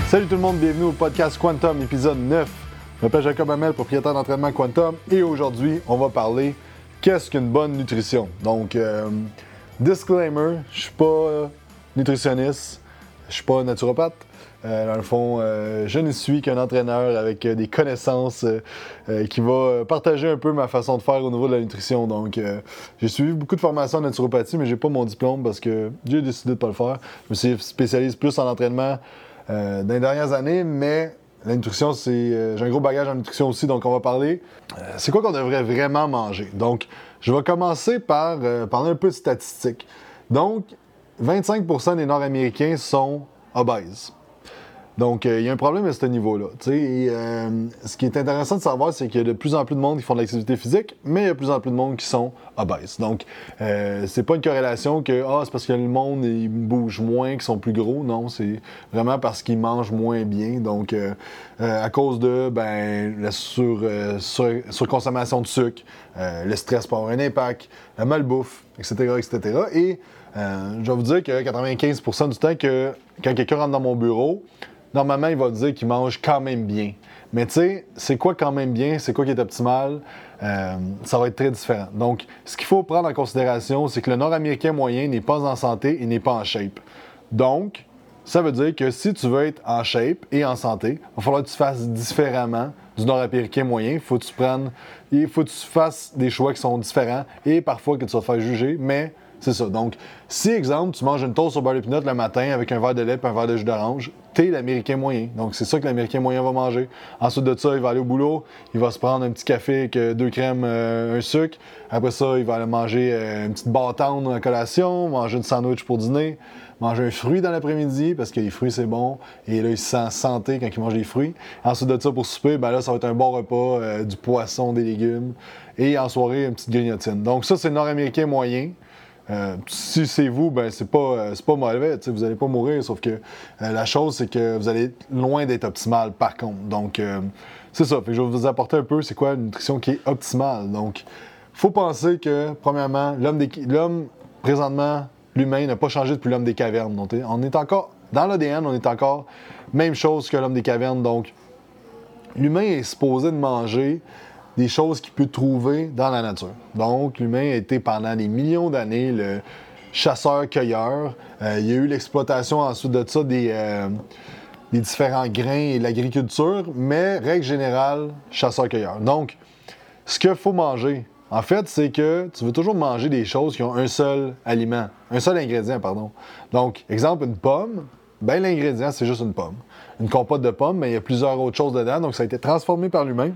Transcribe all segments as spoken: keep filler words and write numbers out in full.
Salut tout le monde, bienvenue au podcast Quantum, épisode neuf. Je m'appelle Jacob Hamel, propriétaire d'entraînement Quantum, et aujourd'hui, on va parler qu'est-ce qu'une bonne nutrition. Donc, euh, disclaimer, je suis pas euh, nutritionniste, je suis pas naturopathe. Euh, dans le fond, euh, je ne suis qu'un entraîneur avec euh, des connaissances euh, euh, qui va partager un peu ma façon de faire au niveau de la nutrition. Donc, euh, j'ai suivi beaucoup de formations en naturopathie, mais j'ai pas mon diplôme parce que j'ai décidé de pas le faire. Je me suis spécialisé plus en entraînement euh, dans les dernières années, mais la nutrition, c'est euh, j'ai un gros bagage en nutrition aussi, donc on va parler. Euh, c'est quoi qu'on devrait vraiment manger? Donc, je vais commencer par euh, parler un peu de statistiques. Donc, vingt-cinq pour cent des Nord-Américains sont obèses. Donc, il euh, y a un problème à ce niveau-là. Et, euh, ce qui est intéressant de savoir, c'est qu'il y a de plus en plus de monde qui font de l'activité physique, mais il y a de plus en plus de monde qui sont obèses. Donc, euh, c'est pas une corrélation que ah, c'est parce que le monde il bouge moins, qu'ils sont plus gros. Non, c'est vraiment parce qu'ils mangent moins bien. Donc, euh, euh, à cause de ben, la sur, euh, sur, surconsommation de sucre, euh, le stress peut avoir un impact, la malbouffe, et cetera, et cetera. Et euh, je vais vous dire que quatre-vingt-quinze pour cent du temps que quand quelqu'un rentre dans mon bureau, normalement, il va dire qu'il mange quand même bien. Mais tu sais, c'est quoi quand même bien? C'est quoi qui est optimal? Euh, ça va être très différent. Donc, ce qu'il faut prendre en considération, c'est que le Nord-Américain moyen n'est pas en santé et n'est pas en shape. Donc, ça veut dire que si tu veux être en shape et en santé, il va falloir que tu fasses différemment du Nord-Américain moyen. Il faut que tu prennes, il faut que tu fasses des choix qui sont différents et parfois que tu vas te faire juger, mais c'est ça. Donc, si, exemple, tu manges une toast au beurre de pinot le matin avec un verre de lait et un verre de jus d'orange, t'es l'Américain moyen. Donc, c'est ça que l'Américain moyen va manger. Ensuite de ça, il va aller au boulot, il va se prendre un petit café avec deux crèmes, euh, un sucre. Après ça, il va aller manger euh, une petite bâtonne à collation, manger une sandwich pour dîner, manger un fruit dans l'après-midi parce que les fruits, c'est bon. Et là, il se sent santé quand il mange des fruits. Ensuite de ça, pour souper, ben là, ça va être un bon repas, euh, du poisson, des légumes. Et en soirée, une petite grignotine. Donc, ça, c'est le Nord-Américain moyen. Euh, si c'est vous, ben c'est pas, euh, c'est pas mauvais, vous n'allez pas mourir, sauf que euh, la chose, c'est que vous allez être loin d'être optimal par contre. Donc, euh, c'est ça. Fait que je vais vous apporter un peu c'est quoi une nutrition qui est optimale. Donc, il faut penser que, premièrement, l'homme, des, l'homme présentement, l'humain n'a pas changé depuis l'homme des cavernes. Donc, on est encore, dans l'A D N, on est encore même chose que l'homme des cavernes. Donc, l'humain est supposé de manger des choses qu'il peut trouver dans la nature. Donc, l'humain a été pendant des millions d'années le chasseur-cueilleur. Euh, il y a eu l'exploitation ensuite de ça des, euh, des différents grains et l'agriculture, mais règle générale, chasseur-cueilleur. Donc, ce qu'il faut manger, en fait, c'est que tu veux toujours manger des choses qui ont un seul aliment, un seul ingrédient, pardon. Donc, exemple, une pomme, ben l'ingrédient, c'est juste une pomme. Une compote de pommes, mais il y a plusieurs autres choses dedans, donc ça a été transformé par l'humain.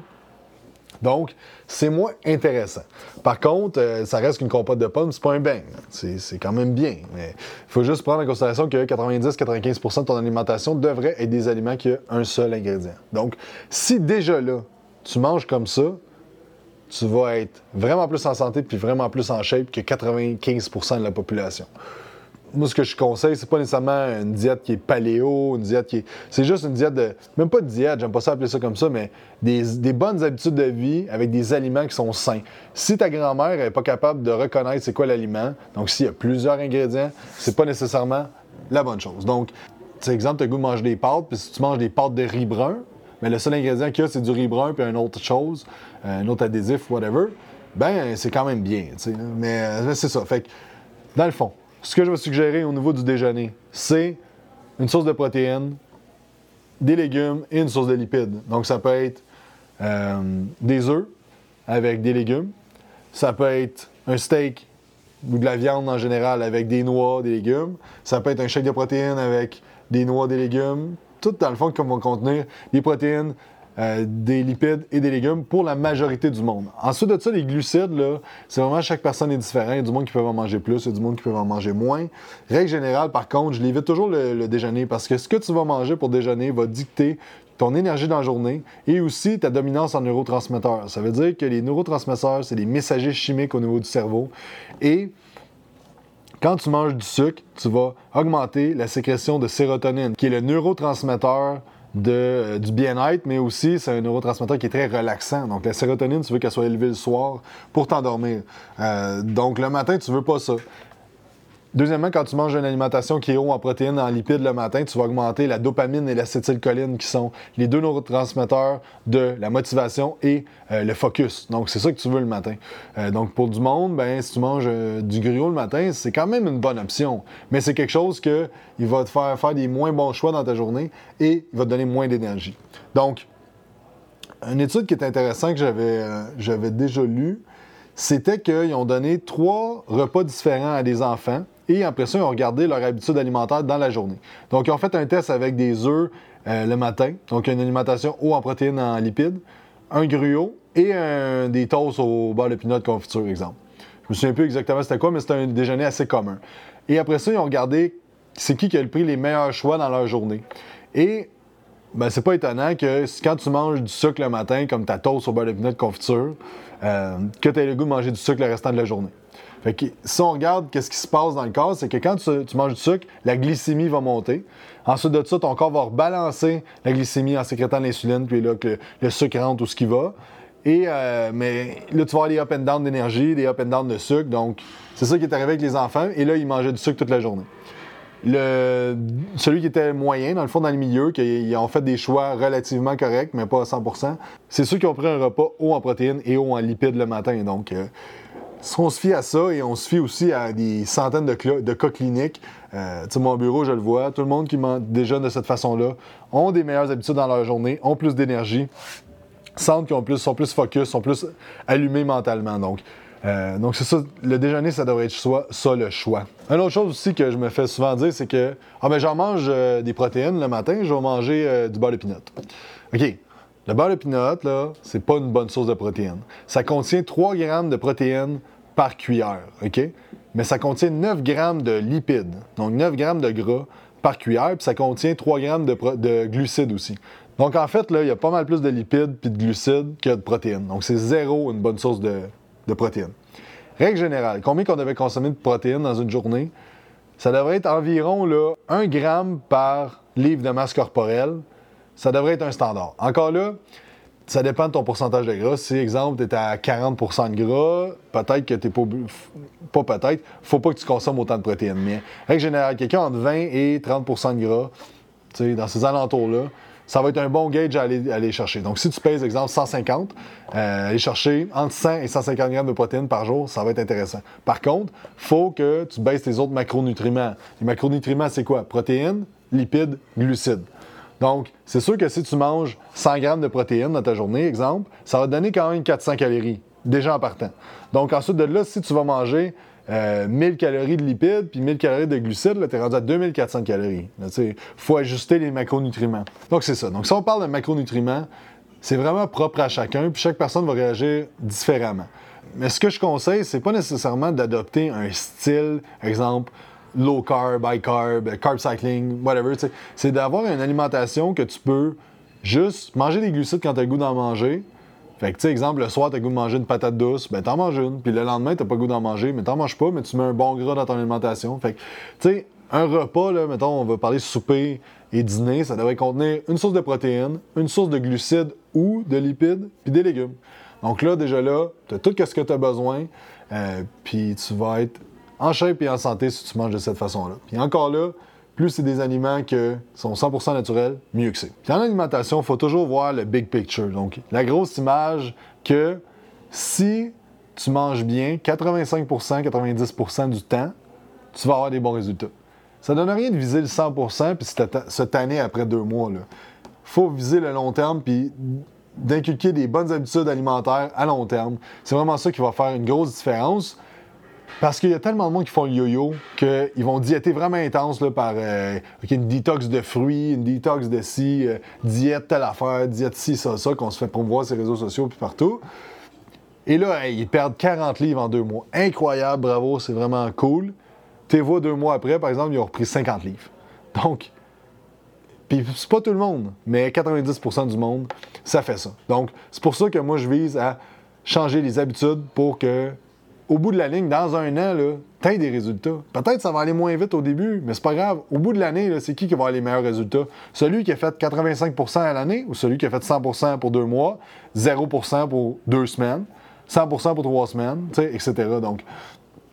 Donc, c'est moins intéressant. Par contre, euh, ça reste qu'une compote de pommes, c'est pas un bang. C'est, c'est quand même bien. Mais il faut juste prendre en considération que quatre-vingt-dix à quatre-vingt-quinze pour cent de ton alimentation devrait être des aliments qui ont un seul ingrédient. Donc, si déjà là, tu manges comme ça, tu vas être vraiment plus en santé puis vraiment plus en shape que quatre-vingt-quinze pour cent de la population. Moi, ce que je conseille, c'est pas nécessairement une diète qui est paléo, une diète qui est... C'est juste une diète de... Même pas de diète, j'aime pas ça appeler ça comme ça, mais des, des bonnes habitudes de vie avec des aliments qui sont sains. Si ta grand-mère n'est pas capable de reconnaître c'est quoi l'aliment, donc s'il y a plusieurs ingrédients, c'est pas nécessairement la bonne chose. Donc, tu sais, exemple, tu as le goût de manger des pâtes, puis si tu manges des pâtes de riz brun, mais le seul ingrédient qu'il y a, c'est du riz brun puis une autre chose, un autre adhésif, whatever, ben c'est quand même bien, tu sais. Mais, mais c'est ça. Fait que, dans le fond, ce que je vais suggérer au niveau du déjeuner, c'est une source de protéines, des légumes et une source de lipides. Donc, ça peut être euh, des œufs avec des légumes. Ça peut être un steak ou de la viande en général avec des noix, des légumes. Ça peut être un shake de protéines avec des noix, des légumes. Tout, dans le fond, qui vont contenir des protéines, Euh, des lipides et des légumes pour la majorité du monde. Ensuite de ça, les glucides, là, c'est vraiment chaque personne est différent. Il y a du monde qui peut en manger plus, il y a du monde qui peut en manger moins. Règle générale, par contre, je l'évite toujours le, le déjeuner parce que ce que tu vas manger pour déjeuner va dicter ton énergie dans la journée et aussi ta dominance en neurotransmetteurs. Ça veut dire que les neurotransmetteurs, c'est des messagers chimiques au niveau du cerveau et quand tu manges du sucre, tu vas augmenter la sécrétion de sérotonine, qui est le neurotransmetteur de, euh, du bien-être, mais aussi c'est un neurotransmetteur qui est très relaxant. Donc la sérotonine, tu veux qu'elle soit élevée le soir pour t'endormir. Euh, donc le matin, tu veux pas ça. Deuxièmement, quand tu manges une alimentation qui est haut en protéines, en lipides le matin, tu vas augmenter la dopamine et l'acétylcholine qui sont les deux neurotransmetteurs de la motivation et euh, le focus. Donc, c'est ça que tu veux le matin. Euh, donc, pour du monde, ben, si tu manges euh, du griot le matin, c'est quand même une bonne option. Mais c'est quelque chose qui va te faire faire des moins bons choix dans ta journée et il va te donner moins d'énergie. Donc, une étude qui est intéressante que j'avais, euh, j'avais déjà lue, c'était qu'ils ont donné trois repas différents à des enfants et après ça, ils ont regardé leur habitude alimentaire dans la journée. Donc, ils ont fait un test avec des œufs euh, le matin, donc une alimentation haut en protéines, en lipides, un gruau et un, des toasts au beurre de pinot de confiture, exemple. Je me souviens plus exactement c'était quoi, mais c'était un déjeuner assez commun. Et après ça, ils ont regardé c'est qui qui a pris les meilleurs choix dans leur journée. Et ben, c'est pas étonnant que quand tu manges du sucre le matin, comme ta toast au beurre de pinot de confiture, euh, que tu aies le goût de manger du sucre le restant de la journée. Fait que si on regarde qu'est-ce qui se passe dans le corps, c'est que quand tu, tu manges du sucre, la glycémie va monter. Ensuite de ça, ton corps va rebalancer la glycémie en sécrétant de l'insuline, puis là, que le, le sucre rentre où ce qui va. Et, euh, mais là, tu vas avoir des up and down d'énergie, des up and down de sucre. Donc, c'est ça qui est arrivé avec les enfants. Et là, ils mangeaient du sucre toute la journée. Le, celui qui était moyen, dans le fond, dans le milieu, qui ont fait des choix relativement corrects, mais pas à cent pour cent, c'est ceux qui ont pris un repas haut en protéines et haut en lipides le matin. Donc, euh, si on se fie à ça et on se fie aussi à des centaines de, cl- de cas cliniques, euh, tu sais, mon bureau, je le vois, tout le monde qui déjeune de cette façon-là ont des meilleures habitudes dans leur journée, ont plus d'énergie, sentent qu'ils ont plus, sont plus focus, sont plus allumés mentalement. Donc, Euh, donc, c'est ça, le déjeuner, ça devrait être soit, ça le choix. Une autre chose aussi que je me fais souvent dire, c'est que, ah ben j'en mange euh, des protéines le matin, je vais manger euh, du beurre de pinot. OK, le beurre de pinot, là, c'est pas une bonne source de protéines. Ça contient trois grammes de protéines par cuillère, OK? Mais ça contient neuf grammes de lipides, donc neuf grammes de gras par cuillère, puis ça contient trois grammes de, pro- de glucides aussi. Donc, en fait, là, il y a pas mal plus de lipides puis de glucides que de protéines. Donc, c'est zéro une bonne source de de protéines. Règle générale, combien qu'on devait consommer de protéines dans une journée? Ça devrait être environ là, un gramme par livre de masse corporelle. Ça devrait être un standard. Encore là, ça dépend de ton pourcentage de gras. Si, exemple, tu es à quarante pour cent de gras, peut-être que tu n'es pas... Pas peut-être, faut pas que tu consommes autant de protéines. Mais règle générale, quelqu'un entre vingt et trente pour cent de gras, tu sais, dans ces alentours-là, ça va être un bon gauge à aller, à aller chercher. Donc, si tu pèses, exemple, cent cinquante, euh, aller chercher entre cent et cent cinquante grammes de protéines par jour, ça va être intéressant. Par contre, il faut que tu baisses tes autres macronutriments. Les macronutriments, c'est quoi? Protéines, lipides, glucides. Donc, c'est sûr que si tu manges cent grammes de protéines dans ta journée, exemple, ça va te donner quand même quatre cents calories, déjà en partant. Donc, ensuite de là, si tu vas manger Euh, mille calories de lipides puis mille calories de glucides, là, t'es rendu à deux mille quatre cents calories. Il faut ajuster les macronutriments. Donc, c'est ça. Donc, si on parle de macronutriments, c'est vraiment propre à chacun, puis chaque personne va réagir différemment. Mais ce que je conseille, c'est pas nécessairement d'adopter un style, exemple, low carb, high carb, carb cycling, whatever. T'sais. C'est d'avoir une alimentation que tu peux juste manger des glucides quand tu as le goût d'en manger. Fait que, tu sais, exemple, le soir, t'as le goût de manger une patate douce, ben t'en manges une. Puis le lendemain, t'as pas le goût d'en manger, mais t'en manges pas, mais tu mets un bon gras dans ton alimentation. Fait que, tu sais, un repas, là, mettons, on va parler souper et dîner, ça devrait contenir une source de protéines, une source de glucides ou de lipides, puis des légumes. Donc là, déjà là, t'as tout ce que t'as besoin, euh, puis tu vas être en shape et en santé si tu manges de cette façon-là. Puis encore là, plus c'est des aliments qui sont cent pour cent naturels, mieux que c'est. Puis en alimentation, il faut toujours voir le big picture. Donc, la grosse image que si tu manges bien, quatre-vingt-cinq pour cent, quatre-vingt-dix pour cent du temps, tu vas avoir des bons résultats. Ça ne donne rien de viser le cent pour cent puis se tanner après deux mois. Il faut viser le long terme puis d'inculquer des bonnes habitudes alimentaires à long terme. C'est vraiment ça qui va faire une grosse différence. Parce qu'il y a tellement de monde qui font le yo-yo qu'ils vont diéter vraiment intense là, par euh, okay, une détox de fruits, une détox de ci, euh, diète telle affaire, diète ci, ça, ça, qu'on se fait promouvoir sur les réseaux sociaux puis partout. Et là, hey, ils perdent quarante livres en deux mois. Incroyable, bravo, c'est vraiment cool. Tu les vois deux mois après, par exemple, ils ont repris cinquante livres. Donc, puis c'est pas tout le monde, mais quatre-vingt-dix pour cent du monde, ça fait ça. Donc, c'est pour ça que moi, je vise à changer les habitudes pour que au bout de la ligne, dans un an, tu as des résultats. Peut-être que ça va aller moins vite au début, mais c'est pas grave. Au bout de l'année, là, c'est qui qui va avoir les meilleurs résultats? Celui qui a fait quatre-vingt-cinq pour cent à l'année ou celui qui a fait cent pour cent pour deux mois, zéro pour cent pour deux semaines, cent pour cent pour trois semaines, et cetera. Donc,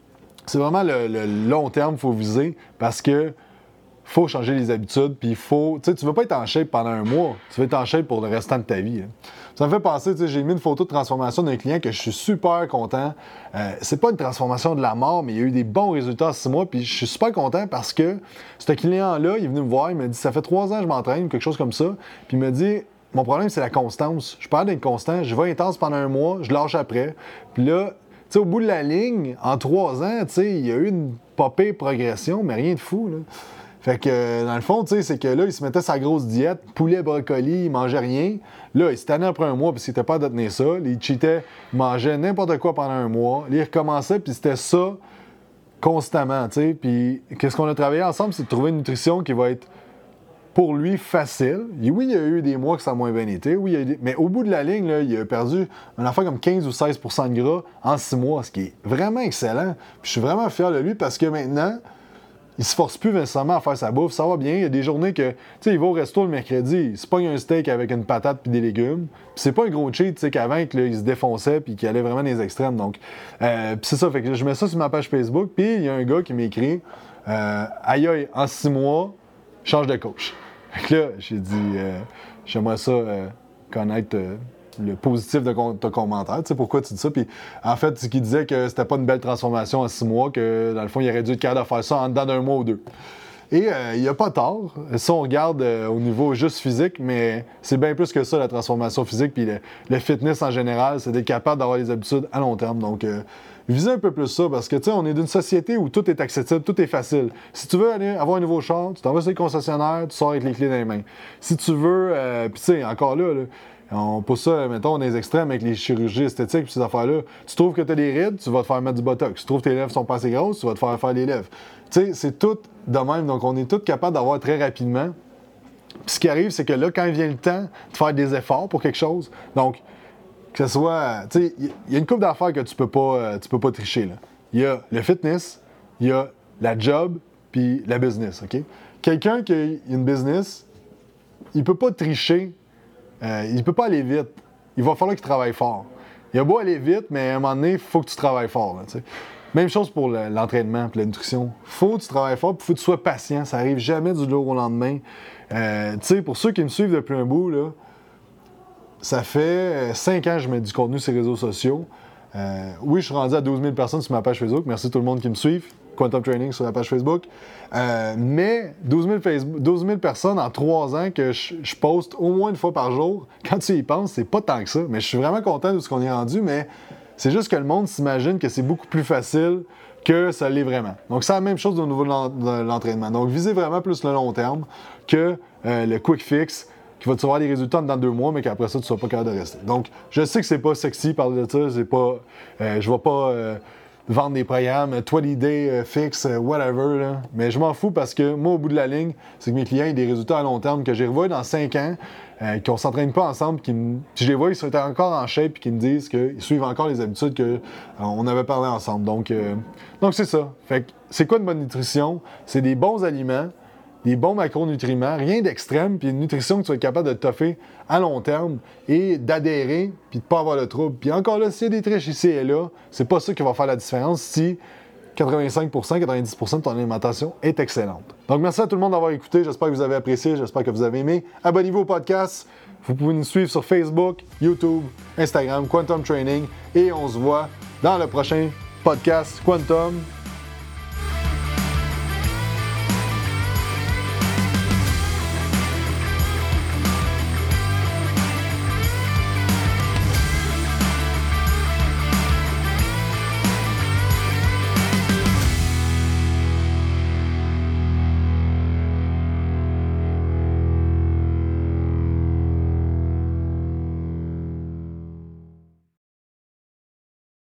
c'est vraiment le, le long terme qu'il faut viser parce que faut changer les habitudes, puis il faut... Tu sais, tu veux pas être en shape pendant un mois, tu veux être en shape pour le restant de ta vie. Hein. Ça me fait penser, tu sais, j'ai mis une photo de transformation d'un client que je suis super content. Euh, c'est pas une transformation de la mort, mais il y a eu des bons résultats en six mois, puis je suis super content parce que ce client-là, il est venu me voir, il m'a dit, ça fait trois ans que je m'entraîne, quelque chose comme ça, puis il m'a dit, mon problème, c'est la constance. Je parle d'être constant, je vais intense pendant un mois, je lâche après, puis là... Tu sais, au bout de la ligne, en trois ans, tu sais, il y a eu une pas pire progression, mais rien de fou, là. Fait que, dans le fond, tu sais, c'est que là, il se mettait sa grosse diète, poulet, brocoli, il mangeait rien. Là, il se tannait après un mois, puis il était pas de tenir ça. Il cheatait, il mangeait n'importe quoi pendant un mois. Là, il recommençait, puis c'était ça constamment, tu sais. Puis, qu'est-ce qu'on a travaillé ensemble, c'est de trouver une nutrition qui va être, pour lui, facile. Et oui, il y a eu des mois que ça a moins bien été. Oui, il y a eu des... Mais au bout de la ligne, là, il a perdu un affaire comme quinze ou seize pour cent de gras en six mois, ce qui est vraiment excellent. Puis je suis vraiment fier de lui parce que maintenant, il se force plus nécessairement à faire sa bouffe. Ça va bien. Il y a des journées que, tu sais, il va au resto le mercredi, il se pogne un steak avec une patate puis des légumes. Puis c'est pas un gros cheat, tu sais, qu'avant, que, là, il se défonçait puis qu'il allait vraiment dans les extrêmes. Donc, euh, puis c'est ça. Fait que je mets ça sur ma page Facebook. Puis il y a un gars qui m'écrit euh, aïe aïe, en six mois, change de coach. Fait que là, j'ai dit, euh, j'aimerais ça euh, connaître euh, le positif de ton commentaire. Tu sais, pourquoi tu dis ça? Puis en fait, c'est qu'il disait que c'était pas une belle transformation en six mois, que dans le fond, il aurait dû être capable de faire ça en dedans d'un mois ou deux. Et euh, il n'y a pas tort. Ça, on regarde euh, au niveau juste physique, mais c'est bien plus que ça, la transformation physique. Puis le, le fitness en général, c'est d'être capable d'avoir des habitudes à long terme. Donc, euh, visez un peu plus ça, parce que, tu sais, on est d'une société où tout est accessible, tout est facile. Si tu veux aller avoir un nouveau char, tu t'en vas sur les concessionnaires, tu sors avec les clés dans les mains. Si tu veux, euh, puis tu sais, encore là, là, on pousse ça, mettons, dans les extrêmes avec les chirurgies esthétiques et ces affaires-là. Tu trouves que tu as des rides, tu vas te faire mettre du botox. Tu trouves que tes lèvres sont pas assez grosses, tu vas te faire faire les lèvres. Tu sais, c'est tout de même. Donc, on est tous capables d'avoir très rapidement. Puis ce qui arrive, c'est que là, quand il vient le temps de faire des efforts pour quelque chose, donc, que ce soit... Tu sais, il y a une couple d'affaires que tu peux pas, euh, tu peux pas tricher, là. Il y a le fitness, il y a la job, puis la business, OK? Quelqu'un qui a une business, il peut pas tricher. Euh, il ne peut pas aller vite. Il va falloir qu'il travaille fort. Il a beau aller vite, mais à un moment donné, il faut que tu travailles fort. Là, même chose pour le, l'entraînement et la nutrition. Il faut que tu travailles fort, il faut que tu sois patient. Ça n'arrive jamais du jour au lendemain. Euh, pour ceux qui me suivent depuis un bout, là, ça fait cinq ans que je mets du contenu sur les réseaux sociaux. Euh, oui, je suis rendu à douze mille personnes sur ma page Facebook. Merci à tout le monde qui me suit. Quantum Training sur la page Facebook. Euh, mais douze mille, Facebook, douze mille personnes en trois ans que je, je poste au moins une fois par jour. Quand tu y penses, c'est pas tant que ça. Mais je suis vraiment content de ce qu'on est rendu, mais c'est juste que le monde s'imagine que c'est beaucoup plus facile que ça l'est vraiment. Donc, c'est la même chose au niveau de l'entraînement. Donc, visez vraiment plus le long terme que euh, le quick fix qui va te avoir des résultats dans deux mois, mais qu'après ça, tu ne seras pas capable de rester. Donc, je sais que c'est pas sexy parler de ça. C'est pas... Euh, je vais pas... Euh, vendre des programmes, vingt day euh, fixe, euh, whatever, là. Mais je m'en fous parce que moi, au bout de la ligne, c'est que mes clients aient des résultats à long terme que j'ai revois dans cinq ans, euh, qu'on ne s'entraîne pas ensemble, qui me... si je les vois, ils sont encore en shape et qu'ils me disent qu'ils suivent encore les habitudes qu'on euh, avait parlé ensemble. Donc, euh, donc c'est ça. Fait que c'est quoi une bonne nutrition? C'est des bons aliments, des bons macronutriments, rien d'extrême, puis une nutrition que tu vas être capable de toffer à long terme et d'adhérer, puis de ne pas avoir de trouble. Puis encore là, s'il y a des triches ici et là, c'est pas ça qui va faire la différence si quatre-vingt-cinq pour cent, quatre-vingt-dix pour cent de ton alimentation est excellente. Donc merci à tout le monde d'avoir écouté, j'espère que vous avez apprécié, j'espère que vous avez aimé. Abonnez-vous au podcast, vous pouvez nous suivre sur Facebook, YouTube, Instagram, Quantum Training, et on se voit dans le prochain podcast Quantum.